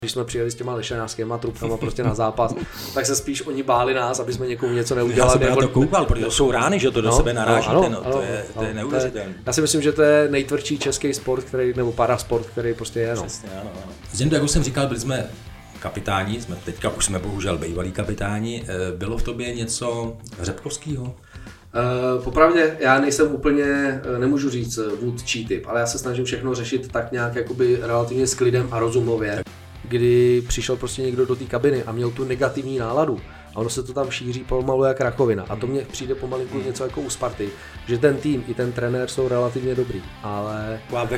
Když jsme přijeli s těma lešenářskýma trubkama prostě na zápas, tak se spíš oni báli nás, aby jsme někomu něco neudělali. Já jsem to koukal, protože to jsou rány, že to do sebe narážíte, to je neuvěřitelné. Já si myslím, že to je nejtvrdší český sport, nebo parasport, který prostě je. Přesně, ano. Zdendu, jak už jsem říkal, byli jsme kapitáni, teďka už jsme bohužel bývalí kapitáni. Bylo v tobě něco řepkovského? Popravdě, já nejsem úplně, nemůžu říct vůdčí typ, ale já se snažím všechno řešit tak nějak jakoby relativně s klidem a rozumově. Kdy přišel prostě někdo do té kabiny a měl tu negativní náladu a ono se to tam šíří pomalu jak rakovina a to mně přijde pomalinku něco jako u Sparty, že ten tým i ten trenér jsou relativně dobrý, ale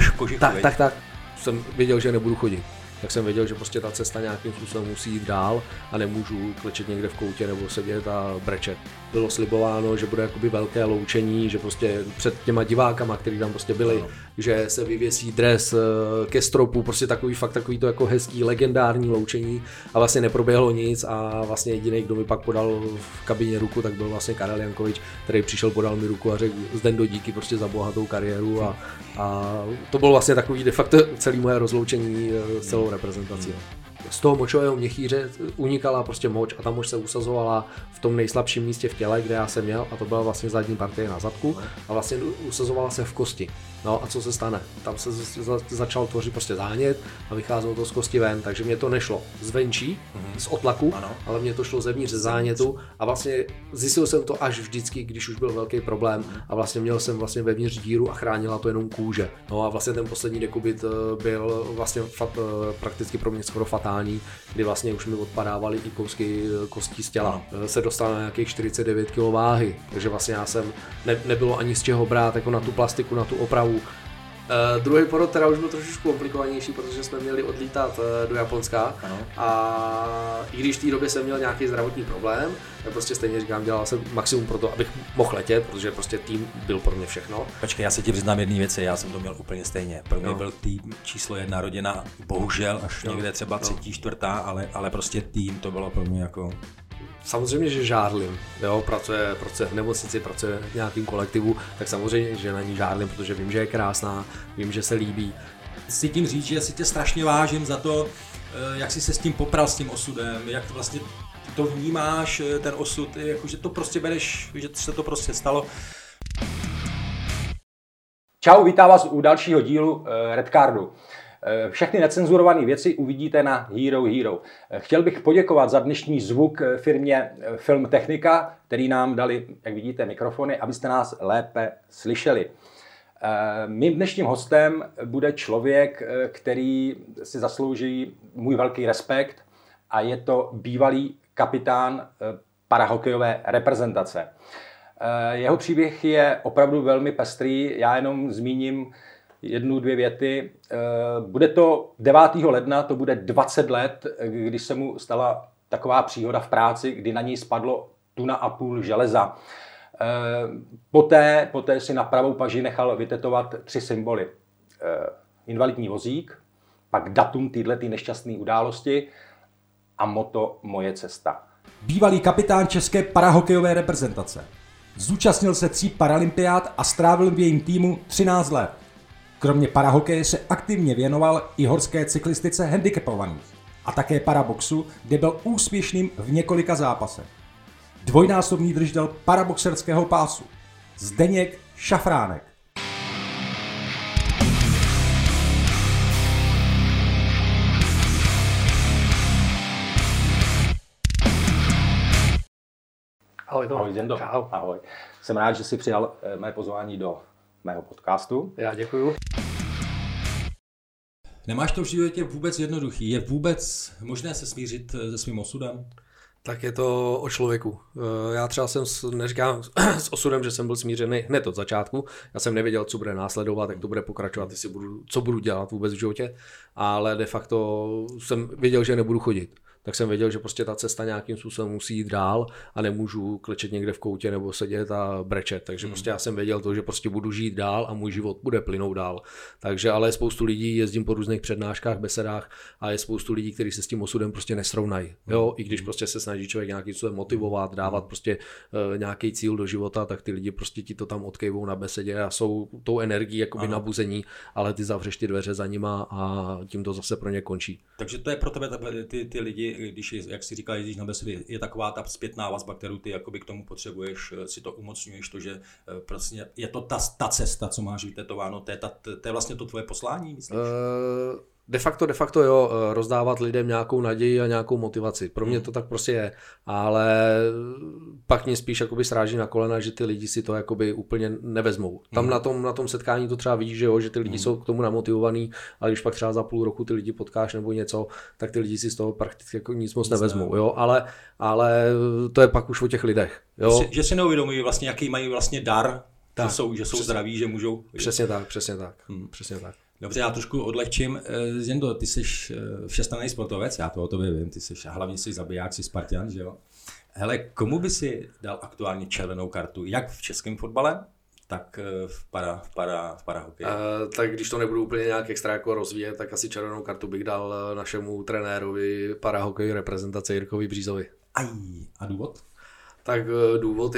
tak jsem věděl, že nebudu chodit. Tak jsem věděl, že prostě ta cesta nějakým způsobem musí jít dál a nemůžu klečet někde v koutě nebo sedět a brečet. Bylo slibováno, že bude jakoby velké loučení, že prostě před těma divákama, kteří tam prostě byli, že se vyvěsí dres ke stropu, prostě takový to jako hezký legendární loučení a vlastně neproběhlo nic a vlastně jediný, kdo mi pak podal v kabině ruku, tak byl vlastně Karel Jankovič, který přišel, podal mi ruku a řekl Zdendo, díky prostě za bohatou kariéru a to bylo vlastně takový de facto celý moje rozloučení s celou reprezentací. Z toho močového měchýře unikala prostě moč a ta moč se usazovala v tom nejslabším místě v těle, kde já jsem měl a to byla vlastně zadní partie na zadku a vlastně usazovala se v kosti. No a co se stane? Tam se začal tvořit prostě zánět a vycházelo to z kosti ven, takže mě to nešlo zvenčí, z otlaku, ale mě to šlo zevnitř ze zánětu a vlastně zjistil jsem to až vždycky, když už byl velký problém a vlastně měl jsem vlastně vevnitř díru a chránila to jenom kůže. No a vlastně ten poslední dekubit byl vlastně prakticky pro mě skoro fatální, kdy vlastně už mi odpadávaly i kousky kostí z těla. Se dostal na nějakých 49 kg váhy, takže vlastně já jsem nebylo ani z čeho brát jako na tu plastiku, na tu opravu. Druhý porod teda už byl trošičku komplikovanější, protože jsme měli odlítat do Japonska a i když v té době jsem měl nějaký zdravotní problém, tak prostě stejně říkám, dělal jsem maximum pro to, abych mohl letět, protože prostě tým byl pro mě všechno. Počkej, já se ti přiznám jedné věci, já jsem to měl úplně stejně. Pro mě byl tým číslo 1 rodina, bohužel až někde třeba 3., 4., ale prostě tým to bylo pro mě jako... Samozřejmě, že žárlim, jo, pracuje v nemocnici, pracuje v nějakým kolektivu, tak samozřejmě, že na ní žárlim, protože vím, že je krásná, vím, že se líbí. Chci tím říct, že si tě strašně vážím za to, jak jsi se s tím popral, s tím osudem, jak vlastně to vnímáš, ten osud, jako, že to prostě bereš, že se to prostě stalo. Čau, vítám vás u dalšího dílu Redcardu. Všechny necenzurované věci uvidíte na Hero Hero. Chtěl bych poděkovat za dnešní zvuk firmě Film Technika, který nám dali, jak vidíte, mikrofony, abyste nás lépe slyšeli. Mým dnešním hostem bude člověk, který si zaslouží můj velký respekt a je to bývalý kapitán parahokejové reprezentace. Jeho příběh je opravdu velmi pestrý, já jenom zmíním 1-2 věty. Bude to 9. ledna, to bude 20 let, když se mu stala taková příhoda v práci, kdy na něj spadlo 1,5 tun železa. Poté si na pravou paži nechal vytetovat 3 symboly. Invalidní vozík, pak datum této nešťastné události a motto Moje cesta. Bývalý kapitán české parahokejové reprezentace. Zúčastnil se 3 paralympiád a strávil v jejím týmu 13 let. Kromě parahokeje se aktivně věnoval i horské cyklistice handicapovaných a také paraboxu, kde byl úspěšným v několika zápasech. Dvojnásobný držitel paraboxerského pásu. Zdeněk Šafránek. Ahoj Zdendo. Ahoj. Jsem rád, že jsi přijal mé pozvání do mého podcastu. Já děkuju. Nemáš to v životě vůbec jednoduchý? Je vůbec možné se smířit se svým osudem? Tak je to o člověku. Já třeba neříkám s osudem, že jsem byl smířený hned od začátku. Já jsem nevěděl, co bude následovat, jak to bude pokračovat, co budu dělat vůbec v životě. Ale de facto jsem věděl, že nebudu chodit. tak jsem věděl, že prostě ta cesta nějakým způsobem musí jít dál a nemůžu klečet někde v koutě nebo sedět a brečet. Takže prostě já jsem věděl to, že prostě budu žít dál a můj život bude plynout dál. Takže ale je spoustu lidí, jezdím po různých přednáškách, besedách a je spoustu lidí, kteří se s tím osudem prostě nesrovnají. Jo, i když prostě se snaží člověk nějakým způsobem motivovat, dávat prostě nějaký cíl do života, tak ty lidi prostě ti to tam odkejvou na besedě a jsou tou energií jakoby nabuzení, ale ty zavřeš ty dveře za nima a tím to zase pro ně končí. Takže to je pro tebe ty lidi, když, jak jsi říkal, jezdíš na besedy, je taková ta zpětná vazba, kterou ty jakoby k tomu potřebuješ, si to umocňuješ, to, že prostě je to ta cesta, co máš vytetováno, to je vlastně to tvoje poslání, myslíš? De facto jo, rozdávat lidem nějakou naději a nějakou motivaci. Pro mě to tak prostě je, ale pak mě spíš jakoby sráží na kolena, že ty lidi si to jakoby úplně nevezmou. Tam na tom setkání to třeba vidíš, že ty lidi jsou k tomu namotivovaný, ale když pak třeba za půl roku ty lidi potkáš nebo něco, tak ty lidi si z toho prakticky jako nic moc nevezmou, jo, ale to je pak už o těch lidech, jo. Že si neuvědomují vlastně, jaký mají vlastně dar, že jsou zdraví, že můžou. Přesně tak. Přesně tak. Dobře, já trošku odlehčím. Zendo, ty jsi všestranný sportovec, já to o tobě vím, hlavně jsi zabiják, jsi Spartan, že jo? Hele, komu by si dal aktuálně červenou kartu, jak v českém fotbale, tak v parahokeji? Tak když to nebudu úplně nějak extra jako rozvíjet, tak asi červenou kartu bych dal našemu trenérovi parahokeji reprezentace Jirkovi Břízovi. A důvod? Tak důvod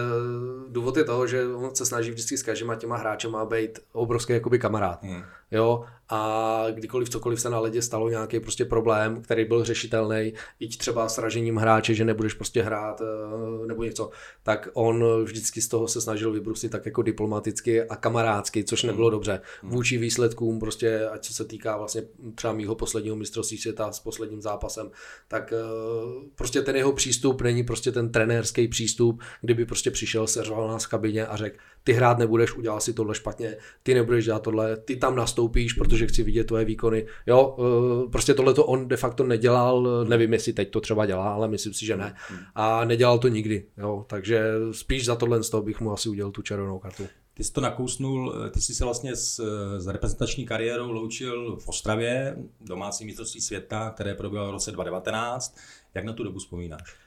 je toho, že on se snaží vždycky s každýma těma hráčema být obrovský jakoby kamarád. Jo? A kdykoliv cokoliv se na ledě stalo, nějaký prostě problém, který byl řešitelný, i třeba s ražením hráče, že nebudeš prostě hrát nebo něco, tak on vždycky z toho se snažil vybrusit tak jako diplomaticky a kamarádsky, což nebylo dobře. Vůči výsledkům prostě, ať co se týká vlastně třeba mýho posledního mistrovství světa s posledním zápasem, tak prostě ten jeho přístup není prostě ten trenérský přístup, kdyby prostě přišel, seřval nás v kabině a řekl, ty hrát nebudeš, udělal si tohle špatně, ty nebudeš dělat tohle, ty tam nastoupíš, protože chci vidět tvoje výkony. Jo, prostě tohle to on de facto nedělal, nevím, jestli teď to třeba dělá, ale myslím si, že ne. A nedělal to nikdy, jo, takže spíš za tohle z toho bych mu asi udělal tu červenou kartu. Ty jsi to nakousnul, ty jsi se vlastně s reprezentační kariérou loučil v Ostravě, domácí mistrovství světa, které proběhlo v roce 2019. Jak na tu dobu vzpomínáš?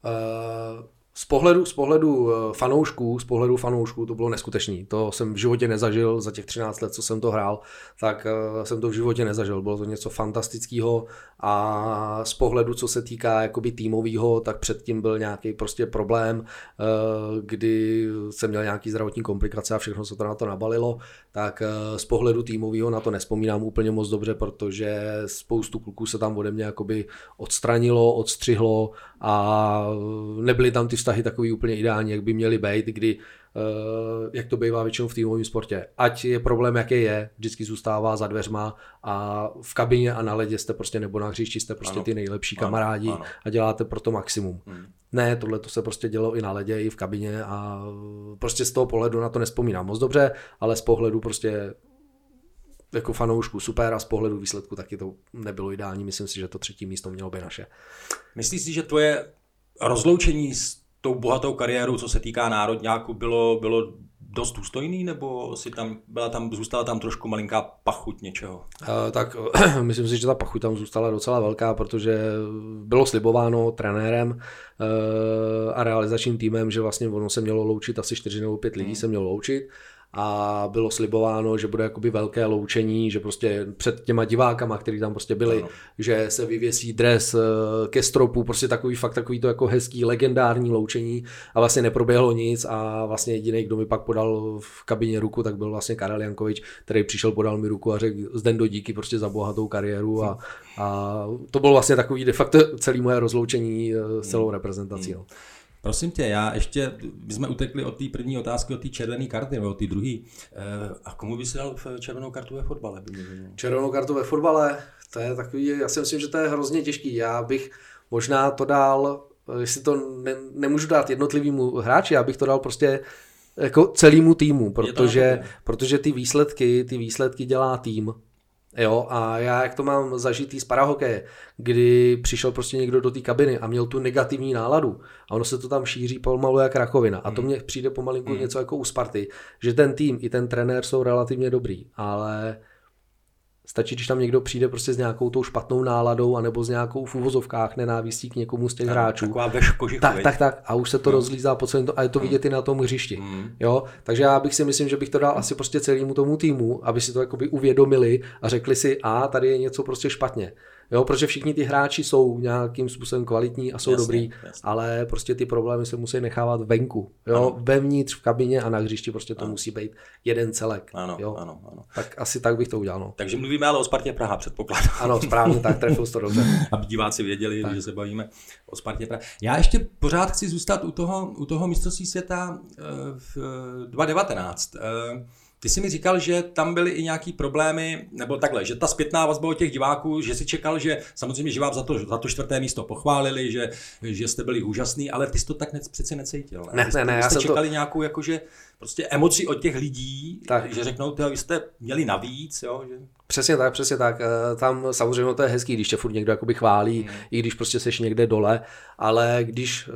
Z pohledu fanoušků to bylo neskutečný. To jsem v životě nezažil za těch 13 let, co jsem to hrál, tak jsem to v životě nezažil. Bylo to něco fantastického a z pohledu, co se týká jakoby týmového, tak předtím byl nějaký prostě problém, kdy jsem měl nějaký zdravotní komplikace a všechno se to na to nabalilo, tak z pohledu týmového na to nespomínám úplně moc dobře, protože spoustu kluků se tam ode mě jakoby odstranilo, odstřihlo a nebyly tam ty vztahy takový úplně ideální, jak by měly být, kdy jak to bývá většinou v týmovém sportě. Ať je problém, jaký je, vždycky zůstává za dveřma a v kabině a na ledě jste prostě nebo na hřišti jste prostě ty nejlepší kamarádi a děláte pro to maximum. Ne, tohle to se prostě dělo i na ledě, i v kabině a prostě z toho pohledu na to nespomínám moc dobře, ale z pohledu prostě jako fanoušku super a z pohledu výsledku taky to nebylo ideální. Myslím si, že to 3. místo mělo být naše. Myslíš si, že tvoje rozloučení s tou bohatou kariérou, co se týká národňáku, bylo dost důstojný, nebo zůstala tam trošku malinká pachuť něčeho? Tak myslím si, že ta pachuť tam zůstala docela velká, protože bylo slibováno trenérem a realizačním týmem, že vlastně ono se mělo loučit asi 4 nebo 5 lidí se mělo loučit. A bylo slibováno, že bude jakoby velké loučení, že prostě před těma divákama, kteří tam prostě byli, že se vyvěsí dres ke stropu, prostě takový to jako hezký legendární loučení a vlastně neproběhlo nic a vlastně jediný, kdo mi pak podal v kabině ruku, tak byl vlastně Karel Jankovič, který přišel, podal mi ruku a řekl Zdendo, díky prostě za bohatou kariéru a to bylo vlastně takový de facto celé moje rozloučení s celou reprezentací. No. Prosím tě, my jsme utekli od té první otázky, od té červené karty, nebo od té druhé. A komu by si dal červenou kartu ve fotbale? Červenou kartu ve fotbale, to je takový, já si myslím, že to je hrozně těžký. Já bych možná to dal, jestli to nemůžu dát jednotlivýmu hráči, já bych to dal prostě jako celému týmu, protože ty výsledky dělá tým. Jo, a já jak to mám zažitý z parahokeje, kdy přišel prostě někdo do té kabiny a měl tu negativní náladu a ono se to tam šíří pomalu jak rakovina a to mně přijde pomalinku něco jako u Sparty, že ten tým i ten trenér jsou relativně dobrý, ale Stačí, když tam někdo přijde prostě s nějakou tou špatnou náladou anebo s nějakou v uvozovkách nenávistí k někomu z těch hráčů. Taková veš kožichu, tak. A už se to rozlízá po celém a je to vidět i na tom hřišti. Jo? Takže já bych si myslím, že bych to dal asi prostě celému tomu týmu, aby si to jakoby uvědomili a řekli si, tady je něco prostě špatně. Jo, protože všichni ty hráči jsou nějakým způsobem kvalitní a jsou dobrý, ale prostě ty problémy se musí nechávat venku. Jo, vevnitř v kabině a na hřišti prostě to musí být jeden celek. Ano. Tak asi tak bych to udělal. No. Takže mluvíme ale o Spartě Praha, předpokládám. Ano, správně, tak trefil jsi to dobře. Aby diváci věděli, že se bavíme o Spartě Praha. Já ještě pořád chci zůstat u toho mistrovství světa v 2019. Ty jsi mi říkal, že tam byly i nějaký problémy, nebo takhle, že ta zpětná vazba od těch diváků, že si čekal, že samozřejmě, že vám za to 4. místo pochválili, že jste byli úžasný, ale ty jsi to tak přeci necítil. Ne, jste čekali nějakou jakože prostě emoci od těch lidí, tak. Že řeknou, vy jste měli navíc, jo? Že... Přesně tak. Tam samozřejmě to je hezký, když tě furt někdo jakoby chválí, i když prostě seš někde dole, ale když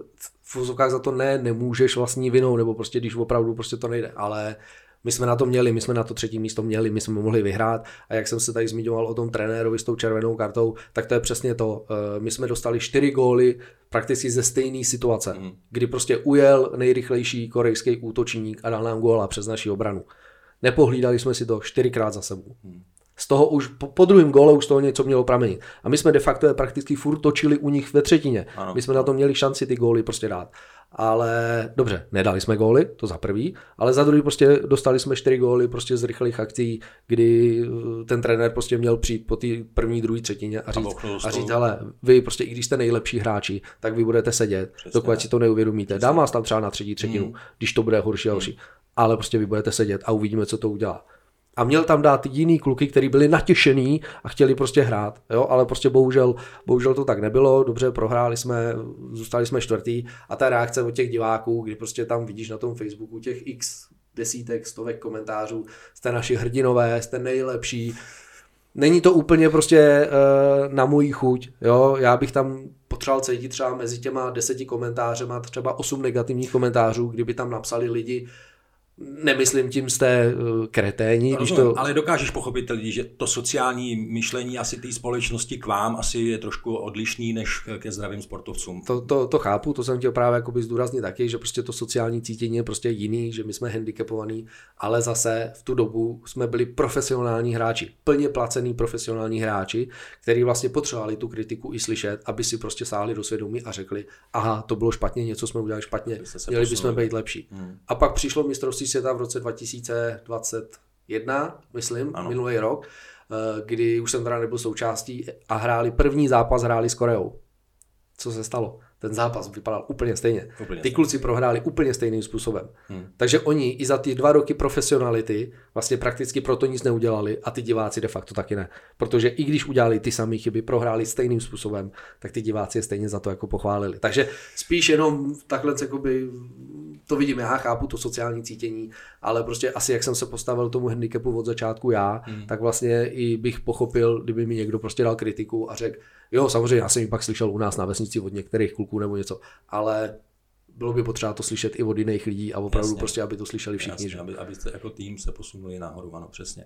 v úzovkách za to nemůžeš vlastní vinou, nebo prostě když opravdu prostě to nejde, ale my jsme na to měli, my jsme na to 3. místo měli, my jsme mohli vyhrát a jak jsem se tady zmiňoval o tom trenérovi s tou červenou kartou, tak to je přesně to. My jsme dostali 4 góly prakticky ze stejné situace, kdy prostě ujel nejrychlejší korejský útočník a dal nám góla přes naši obranu. Nepohlídali jsme si to 4krát za sebou. Z toho už po druhém góle už z toho něco mělo pramenit. A my jsme de facto prakticky furt točili u nich ve třetině. My jsme na to měli šanci ty góly prostě dát. Ale dobře, nedali jsme góly, to za prvý, ale za druhý prostě dostali jsme 4 góly prostě z rychlých akcí, kdy ten trenér prostě měl přijít po té první, druhé třetině a říct, hele, vy prostě i když jste nejlepší hráči, tak vy budete sedět, dokud si to neuvědomíte. Dám vás tam třeba na 3. třetinu, když to bude horší a horší, ale prostě vy budete sedět a uvidíme, co to udělá. A měl tam dát jiný kluky, kteří byli natěšený a chtěli prostě hrát, jo? Ale prostě bohužel to tak nebylo, dobře, prohráli jsme, zůstali jsme 4. a ta reakce od těch diváků, kdy prostě tam vidíš na tom Facebooku těch x desítek, stovek komentářů, jste naši hrdinové, jste nejlepší, není to úplně prostě na moji chuť, jo? Já bych tam potřeboval cítit třeba mezi těma 10 komentářema třeba 8 negativních komentářů, kdyby tam napsali lidi, nemyslím tím jste kreténi. Ale dokážeš pochopit lidi, že to sociální myšlení asi té společnosti k vám asi je trošku odlišný než ke zdravým sportovcům. To chápu, to jsem chtěl právě jakoby zdůraznit taky, že prostě to sociální cítění je prostě jiný, že my jsme handicapovaní, ale zase v tu dobu jsme byli profesionální hráči, plně placený profesionální hráči, kteří vlastně potřebovali tu kritiku i slyšet, aby si prostě sáhli do svědomí a řekli, aha, to bylo špatně, něco jsme udělali špatně, měli bychom být lepší. A pak přišlo mistrovství světa v roce 2021, myslím, minulý rok, kdy už jsem teda nebyl součástí a první zápas hráli s Koreou. Co se stalo? Ten zápas vypadal úplně stejně. Ty kluci prohráli úplně stejným způsobem. Takže oni i za ty 2 roky profesionality vlastně prakticky proto nic neudělali a ty diváci de facto taky ne. Protože i když udělali ty samé chyby, prohráli stejným způsobem, tak ty diváci je stejně za to jako pochválili. Takže spíš jenom takhle jakoby to vidím, já chápu to sociální cítění, ale prostě asi jak jsem se postavil tomu handicapu od začátku já, tak vlastně i bych pochopil, kdyby mi někdo prostě dal kritiku a řekl, jo, samozřejmě já jsem ji pak slyšel u nás na vesnici od některých kluků nebo něco, ale bylo by potřeba to slyšet i od jiných lidí a opravdu prostě, aby to slyšeli všichni. Jasně, abyste jako tým se posunuli nahoru, ano, přesně.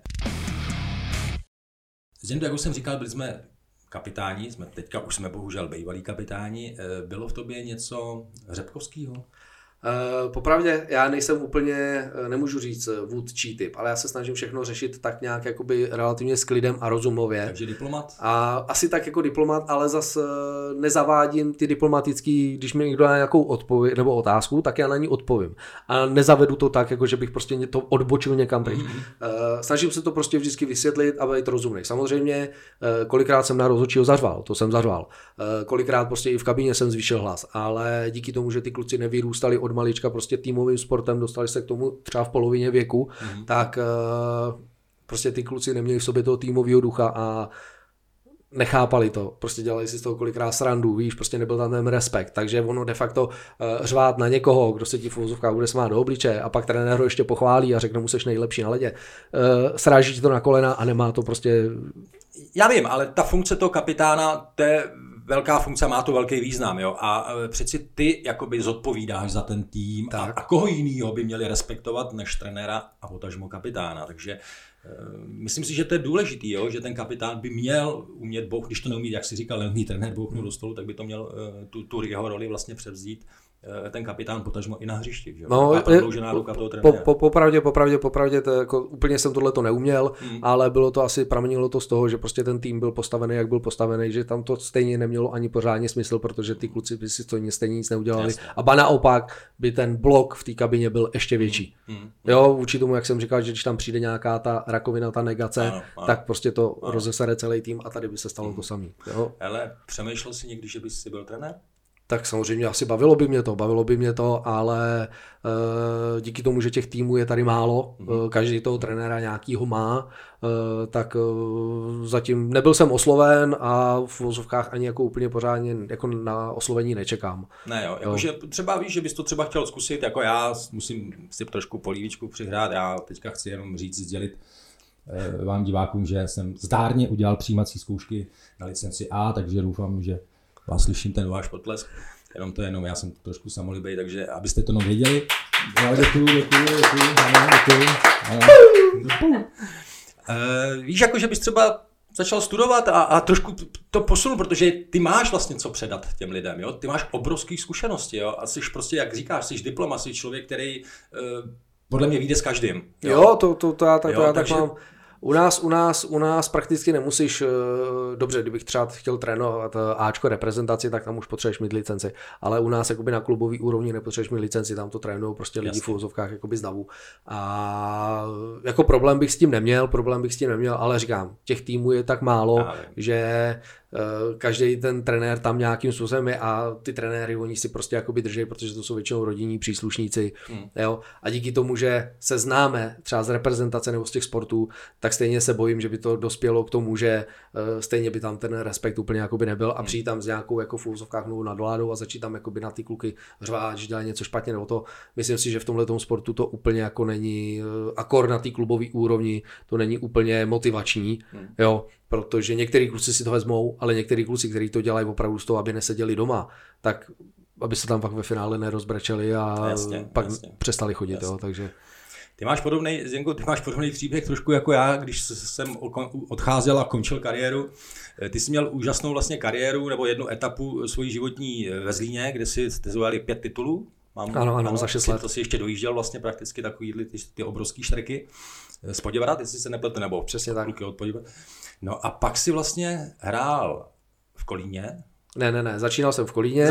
Zdendu, jak už jsem říkal, byli jsme kapitáni, teďka už jsme bohužel bývalí kapitáni. Bylo v tobě něco řepkovského? Popravdě já nejsem úplně, nemůžu říct vůdčí typ, ale já se snažím všechno řešit tak nějak jakoby relativně s klidem a rozumově. Takže diplomat? A asi tak jako diplomat, ale zas nezavádím ty diplomatický, když mi někdo dá nějakou odpověď nebo otázku, tak já na ní odpovím. A nezavedu to tak, jako že bych prostě to odbočil někam pryč. Snažím se to prostě vždycky vysvětlit a být rozumný. Samozřejmě kolikrát jsem na rozhodčího zařval, to jsem zařval. Kolikrát prostě i v kabině jsem zvýšil hlas, ale díky tomu, že ty kluci nevyrůstali od malička prostě týmovým sportem, dostali se k tomu třeba v polovině věku, tak prostě ty kluci neměli v sobě toho týmového ducha a nechápali to. Prostě dělali si z toho kolikrát srandu, víš, prostě nebyl tam ten respekt. Takže ono de facto řvát na někoho, kdo se ti v uvozovkách bude smát do obličeje a pak trenér ho ještě pochválí a řekne mu, seš nejlepší na ledě. Sráží ti to na kolena a nemá to prostě... Já vím, ale ta funkce toho kapitána, to je velká funkce, má to velký význam, jo. A přeci ty jakoby zodpovídáš za ten tým a koho jinýho by měli respektovat než trenéra a potažmo kapitána. Takže Myslím si, že to je důležitý, jo? Že ten kapitán by měl umět když to neumí, jak si říkal, neumí trenér bouchnout do stolu, tak by to měl tu jeho roli vlastně převzít ten kapitán, potažmo i na hřišti. Že? No, prodloužená ruka toho trenéra. Popravdě, to jako, úplně jsem tohle to neuměl, ale bylo to asi, pramenilo to z toho, že prostě ten tým byl postavený, jak byl postavený, že tam to stejně nemělo ani pořádně smysl, protože ty kluci by si stejně nic neudělali. Jasně. A ba naopak by ten blok v té kabině byl ještě větší. Jo, vůči tomu, jak jsem říkal, že když tam přijde nějaká ta rakovina, ta negace, ano. Tak prostě to rozesere celý tým a tady by se stalo to samé. Ale přemýšlel jsi někdy, že bys si byl trenér? Tak samozřejmě asi bavilo by mě to, ale díky tomu, že těch týmů je tady málo, každý toho trenéra nějakýho má, tak zatím nebyl jsem osloven a v vozovkách ani jako úplně pořádně jako na oslovení nečekám. Ne jo, jakože třeba víš, že bys to třeba chtěl zkusit, jako já musím si trošku polívičku přihrát, já teďka chci jenom sdělit vám divákům, že jsem zdárně udělal přijímací zkoušky na licenci A, takže doufám, že vás slyším ten váš potlesk, jenom já jsem trošku samolibej, takže abyste to věděli. Děkuju. Víš, jako že bys třeba začal studovat a trošku to posunul, protože ty máš vlastně co předat těm lidem, jo? Ty máš obrovské zkušenosti, jo? A jsi prostě, jak říkáš, jsi diploma, jsi člověk, který podle mě vyjde s každým. Jo, to já tak mám. U nás prakticky nemusíš, dobře, kdybych třeba chtěl trénovat Ačko reprezentaci, tak tam už potřebuješ mít licenci, ale u nás jakoby na klubový úrovni nepotřebuješ mít licenci, tam to trénují prostě lidi v úvozovkách jakoby z davu. A jako problém bych s tím neměl, ale říkám, těch týmů je tak málo, že každý ten trenér tam nějakým způsobem je a ty trenéry oni si prostě jakoby drží, protože to jsou většinou rodinní příslušníci. Jo? A díky tomu, že se známe třeba z reprezentace nebo z těch sportů, tak stejně se bojím, že by to dospělo k tomu, že stejně by tam ten respekt úplně jakoby nebyl a přijít tam s nějakou jako v úvozovkách novou nadvládou a začít tam jakoby na ty kluky řvát, že dělají něco špatně nebo to. Myslím si, že v tomhletom sportu to úplně jako není, akor na té klubové úrovni, to není úplně motivační, jo, protože některý kluci si to vezmou, ale některý kluci, kteří to dělají opravdu z toho, aby neseděli doma, tak aby se tam pak ve finále nerozbrečeli a pak přestali chodit, jo, takže... Ty máš podobný příběh trošku jako já, když jsem odcházel a končil kariéru. Ty jsi měl úžasnou vlastně kariéru nebo jednu etapu svojí životní ve Zlíně, kde si zdvojili 5 titulů. Ano, za 6 let. To si ještě dojížděl vlastně prakticky takový ty obrovský štrky z Poděbrad, jestli se nepletu, nebo přesně tak. Kluky od Poděbrad. No a pak si vlastně hrál v Kolíně. Ne, začínal jsem v Kolíně.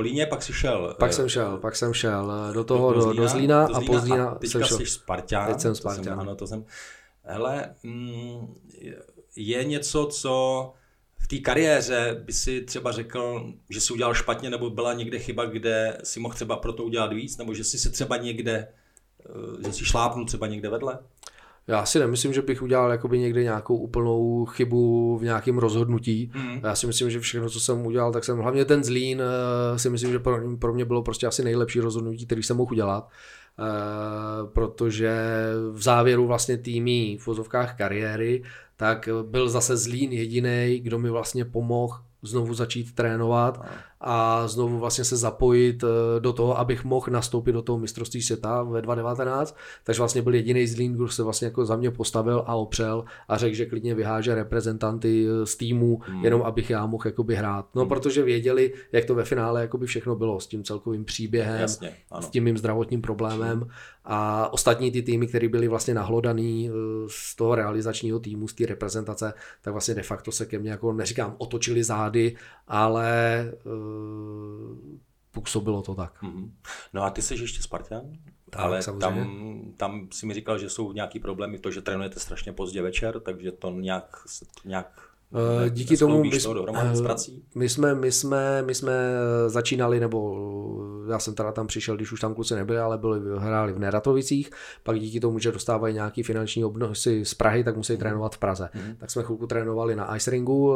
Pak jsem šel do toho, do Zlína a po Zlína teďka jsi Spartan. Teď jsem Spartan. Hele, je něco, co v té kariéře by si třeba řekl, že jsi udělal špatně, nebo byla někde chyba, kde si mohl třeba pro to udělat víc, nebo že jsi se třeba někde, že jsi šlápnul třeba někde vedle? Já si nemyslím, že bych udělal jakoby někde nějakou úplnou chybu v nějakém rozhodnutí. Já si myslím, že všechno, co jsem udělal, tak jsem hlavně ten Zlín si myslím, že pro mě bylo prostě asi nejlepší rozhodnutí, který jsem mohl udělat. Protože v závěru vlastně týmí v vozovkách kariéry, tak byl zase Zlín jedinej, kdo mi vlastně pomohl znovu začít trénovat a znovu vlastně se zapojit do toho, abych mohl nastoupit do toho mistrovství světa ve 2019. Takže vlastně byl jediný Zlín, kdo se vlastně jako za mě postavil a opřel a řekl, že klidně vyháže reprezentanty z týmu, jenom abych já mohl jakoby hrát. No, protože věděli, jak to ve finále jakoby všechno bylo s tím celkovým příběhem, jasně, s tím mým zdravotním problémem a ostatní ty týmy, které byly vlastně nahlodaný z toho realizačního týmu, z té reprezentace, tak vlastně de facto se ke mně jako neříkám otočili zády, ale působilo to tak. No a ty jsi ještě Spartan, ale tam si mi říkal, že jsou nějaký problémy, to, že trénujete strašně pozdě večer, takže to nějak díky tomu my jsme začínali, nebo já jsem teda tam přišel, když už tam kluci nebyli, ale hráli v Neratovicích, pak díky tomu, že dostávají nějaký finanční obnosy z Prahy, tak musí trénovat v Praze. Tak jsme chvilku trénovali na ice ringu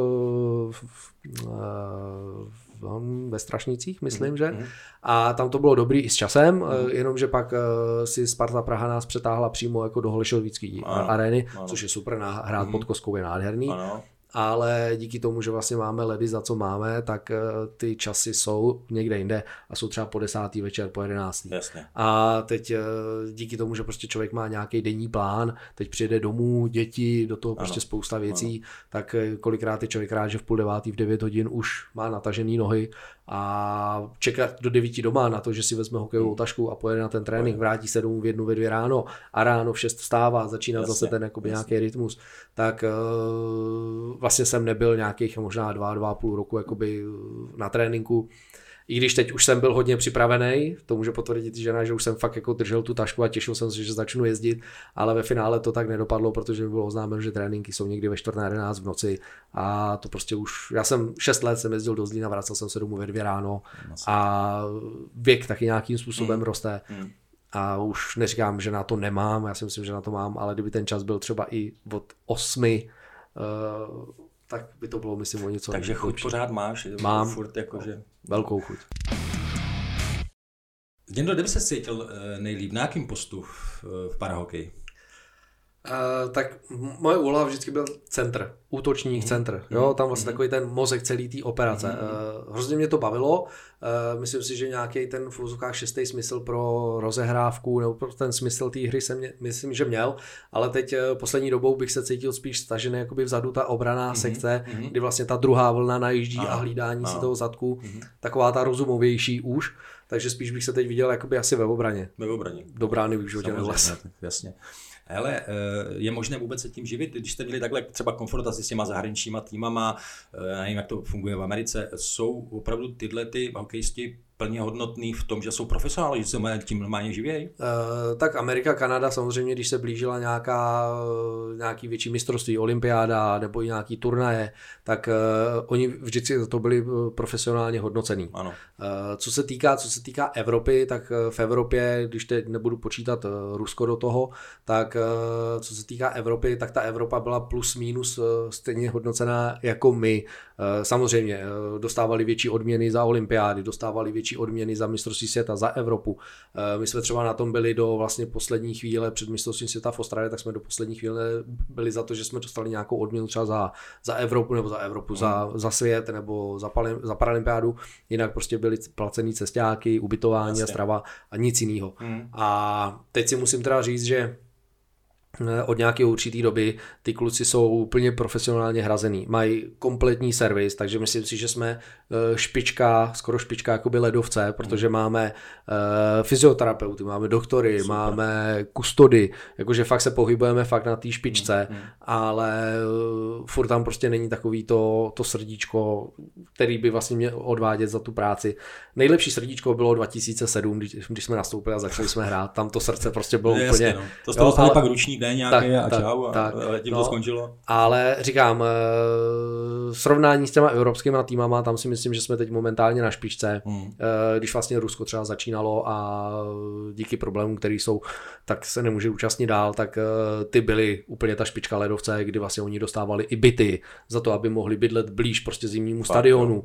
ve Strašnicích, myslím, že. A tam to bylo dobrý i s časem, jenomže pak si Sparta Praha nás přetáhla přímo jako do Holešovické arény, což je super, hrát pod koskou je nádherný. ale díky tomu, že vlastně máme ledy za co máme, tak ty časy jsou někde jinde a jsou třeba po 10. večer, po 11. Jasně. A teď díky tomu, že prostě člověk má nějaký denní plán, teď přijede domů, děti, do toho prostě spousta věcí, tak kolikrát je člověk rád, že v 8:30, v 9 hodin už má natažený nohy a čekat do 9 doma na to, že si vezme hokejovou tašku a pojede na ten trénink, vrátí se domů v 1, ve 2 ráno a ráno v 6 vstává, začíná zase ten jakoby nějaký rytmus, tak vlastně jsem nebyl nějakých možná 2,5 roku jakoby na tréninku. I když teď už jsem byl hodně připravený, to může potvrdit žena, že už jsem fakt jako držel tu tašku a těšil jsem se, že začnu jezdit, ale ve finále to tak nedopadlo, protože mi bylo oznámeno, že tréninky jsou někdy ve 10:45 v noci a to prostě už, já jsem 6 let jsem jezdil do Zlína, vracel jsem se domů ve 2 ráno a věk taky nějakým způsobem roste. A už neříkám, že na to nemám, já si myslím, že na to mám, ale kdyby ten čas byl třeba i od 8, tak by to bylo, myslím, o něco. Takže chuť pořád máš? Mám. Furt jakože... Velkou chuť. Děndo, kde by se cítil nejlíp? Na jakým postu v parahokeji? Tak moje úloha vždycky byl centr, útočník centr. Jo, tam vlastně takový ten mozek celý té operace. Hrozně mě to bavilo. Myslím si, že nějaký ten v úzovkách 6. smysl pro rozehrávku nebo pro ten smysl té hry jsem myslím, že měl, ale teď poslední dobou bych se cítil spíš stažený jakoby vzadu ta obraná sekce, kdy vlastně ta druhá vlna najíždí a hlídání si toho zadku, taková ta rozumovější už, takže spíš bych se teď viděl jakoby asi ve obraně. Do brány bych v životě nevlez. Jasně. Hele, je možné vůbec se tím živit, když jste měli takhle třeba konfrontaci s těma zahraničníma týmama, nevím, jak to funguje v Americe, jsou opravdu tyhle ty hokejisti plně hodnotný v tom, že jsou profesionáli, že se tím normálně živějí? Tak Amerika, Kanada samozřejmě, když se blížila nějaký větší mistrovství, olympiáda nebo i nějaký turnaje, tak oni vždycky to byli profesionálně hodnocený. Ano. Co se týká Evropy, tak v Evropě, když teď nebudu počítat Rusko do toho, tak co se týká Evropy, tak ta Evropa byla plus minus stejně hodnocená jako my. Samozřejmě dostávali větší odměny za olympiády, dostávali větší odměny za mistrovství světa, za Evropu. My jsme třeba na tom byli do vlastně poslední chvíle před mistrovstvím světa v Ostravě, tak jsme do poslední chvíle byli za to, že jsme dostali nějakou odměnu třeba za Evropu nebo za svět nebo za paralympiádu. Jinak prostě byly placený cestáky, ubytování a strava a nic jiného. A teď si musím teda říct, že od nějaké určité doby ty kluci jsou úplně profesionálně hrazený. Mají kompletní servis, takže myslím si, že jsme skoro špička jakoby ledovce, protože máme fyzioterapeuty, máme doktory, super. Máme kustody, jakože fakt se pohybujeme fakt na té špičce, ale furt tam prostě není takový to srdíčko, který by vlastně měl odvádět za tu práci. Nejlepší srdíčko bylo 2007, když jsme nastoupili a začali jsme hrát, tam to srdce prostě bylo úplně... No. To jste dostali pak ručník, ne nějaký a čau a tím to skončilo. Ale říkám, srovnání s těma evropskýma týmama, tam si myslím, že jsme teď momentálně na špičce. Když vlastně Rusko třeba začínalo a díky problémům, který jsou, tak se nemůže účastnit dál, tak ty byly úplně ta špička ledovce, kdy vlastně oni dostávali i byty za to, aby mohli bydlet blíž prostě zimnímu stadionu.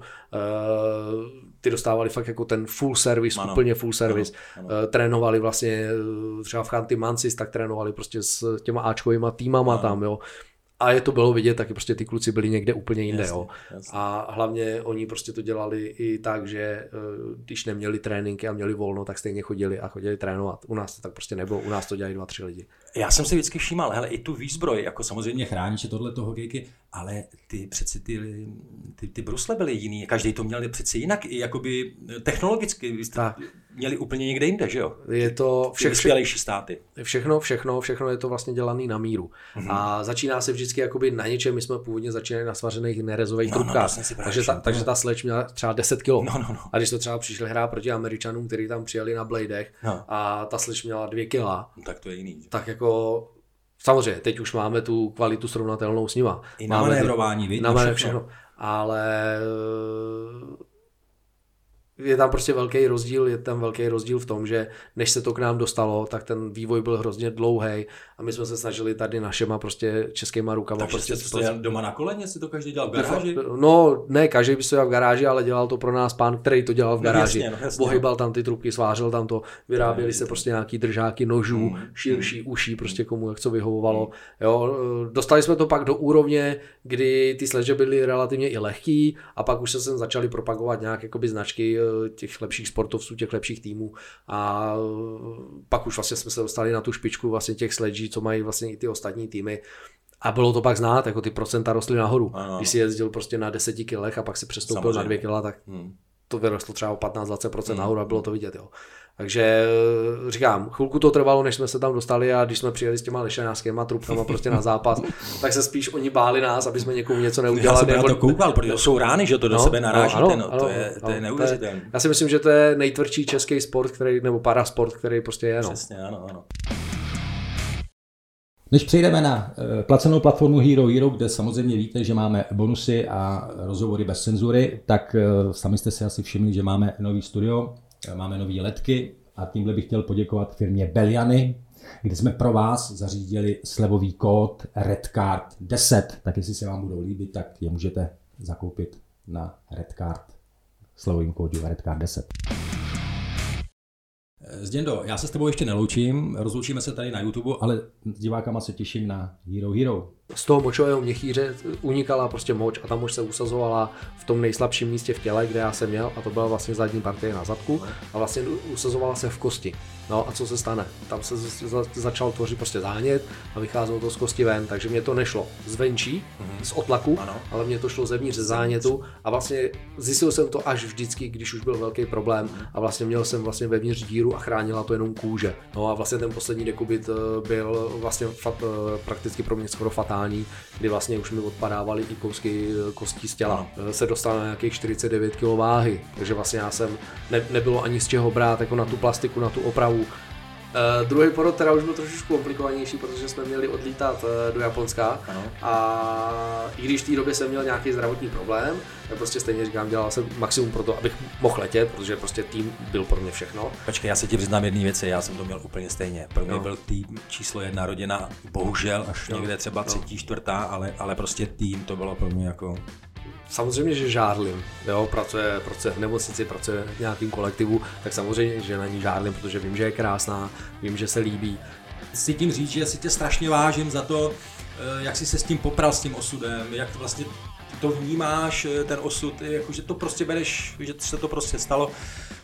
Ty dostávali fakt jako ten full service, úplně full service. Trénovali vlastně třeba v Chanty Mansis, tak trénovali prostě s těma áčkovýma týmama tam, jo. A je to bylo vidět, taky prostě ty kluci byli někde úplně jinde, jasně, jo. Jasně. A hlavně oni prostě to dělali i tak, že když neměli tréninky a měli volno, tak stejně chodili trénovat. U nás to tak prostě nebylo, u nás to dělají 2-3 lidi. Já jsem si vždycky všímal, hele, i tu výzbroj, jako samozřejmě chráníče tohleto hokejky, ale ty brusle byly jiný, každý to měl přeci jinak, i jakoby technologicky, vy jste měli úplně někde jinde, že jo? Je to vyspělejší státy. Všechno je to vlastně dělaný na míru. A začíná se vždycky jakoby na něčem, my jsme původně začínali na svařených nerezových trubkách, takže ta sleč měla třeba 10 kg. A když to třeba přišli hrát proti Američanům, kteří tam přijeli na bladech a ta sleč měla 2 kg. Tak to je jiný. Tak jako samozřejmě, teď už máme tu kvalitu srovnatelnou s nima. I na manévrování, všechno. Ale je tam prostě velký rozdíl v tom, že než se to k nám dostalo, tak ten vývoj byl hrozně dlouhý a my jsme se snažili tady našima prostě českýma rukama. Takže prostě jste stojil doma na koleně, si to každý dělal v garáži? No, ne, každý by se dělal v garáži, ale dělal to pro nás pán, který to dělal v garáži. Jasně. Ohybal tam ty trubky, svářel tam to, vyráběli se prostě nějaký držáky nožů, širší uší, prostě komu jak co vyhovovalo. Jo, dostali jsme to pak do úrovně, kdy ty sledže byly relativně i lehký a pak už se sem začaly propagovat nějak jakoby značky těch lepších sportovců, těch lepších týmů a pak už vlastně jsme se dostali na tu špičku vlastně těch sledží, co mají vlastně i ty ostatní týmy. A bylo to pak znát, jako ty procenta rostly nahoru. Ano. Když si jezdil prostě na 10 kilech a pak si přestoupil na 2 kila, tak to vyrostlo třeba o 15-20% nahoru a bylo to vidět. Jo. Takže říkám, chvilku to trvalo, než jsme se tam dostali a když jsme přijeli s těma lešenářskýma trubkama prostě na zápas, tak se spíš oni báli nás, aby jsme někomu něco neudělali. Já jsem na to koukal, protože to jsou rány, že to do sebe narážíte, to je neuvěřitelné. Já si myslím, že to je nejtvrdší český sport, nebo parasport, který prostě je. No. Přesně, ano. Než přejdeme na placenou platformu Hero, kde samozřejmě víte, že máme bonusy a rozhovory bez cenzury, tak sami jste si asi všimli, že máme nový studio, máme nový ledky a tímhle bych chtěl poděkovat firmě Beliany, kde jsme pro vás zařídili slevový kód Redcard 10. Tak jestli se vám budou líbit, tak je můžete zakoupit na Redcard slevovým kódu Redcard 10. Zděndo, já se s tebou ještě neloučím, rozloučíme se tady na YouTube, ale s divákama se těším na Hero. Z toho močového měchýře unikala prostě moč a ta moč se usazovala v tom nejslabším místě v těle, kde já jsem měl, a to byla vlastně zadní partie na zadku a vlastně usazovala se v kosti. No a co se stane? Tam se začal tvořit prostě zánět a vycházelo to z kosti ven, takže mě to nešlo zvenčí, z otlaku, ale mě to šlo zevnitř ze zánětu a vlastně zjistil jsem to až vždycky, když už byl velký problém a vlastně měl jsem vlastně vevnitř díru a chránila to jenom kůže. No a vlastně ten poslední dekubit byl vlastně prakticky pro mě skoro fatální, kdy vlastně už mi odpadávaly i kousky kostí z těla. Se dostal na nějakých 49 kg váhy, takže vlastně já jsem nebylo ani z čeho brát jako na tu plastiku, na tu opravu. Druhý porod teda už byl trošičku komplikovanější, protože jsme měli odlítat do Japonska a i když v té době jsem měl nějaký zdravotní problém, tak prostě stejně říkám, dělal jsem maximum pro to, abych mohl letět, protože prostě tým byl pro mě všechno. Počkej, já se ti přiznám jedné věci, já jsem to měl úplně stejně. Pro mě byl tým číslo 1 rodina, bohužel až někde třeba 3., 4., ale prostě tým to bylo pro mě jako... Samozřejmě, že žárlim, jo, pracuje v nemocnici, pracuje v nějakým kolektivu, tak samozřejmě, že na ní žárlim, protože vím, že je krásná, vím, že se líbí. Chci tím říct, že si tě strašně vážím za to, jak jsi se s tím popral, s tím osudem, jak vlastně to vnímáš, ten osud, jako, že to prostě bereš, že se to prostě stalo.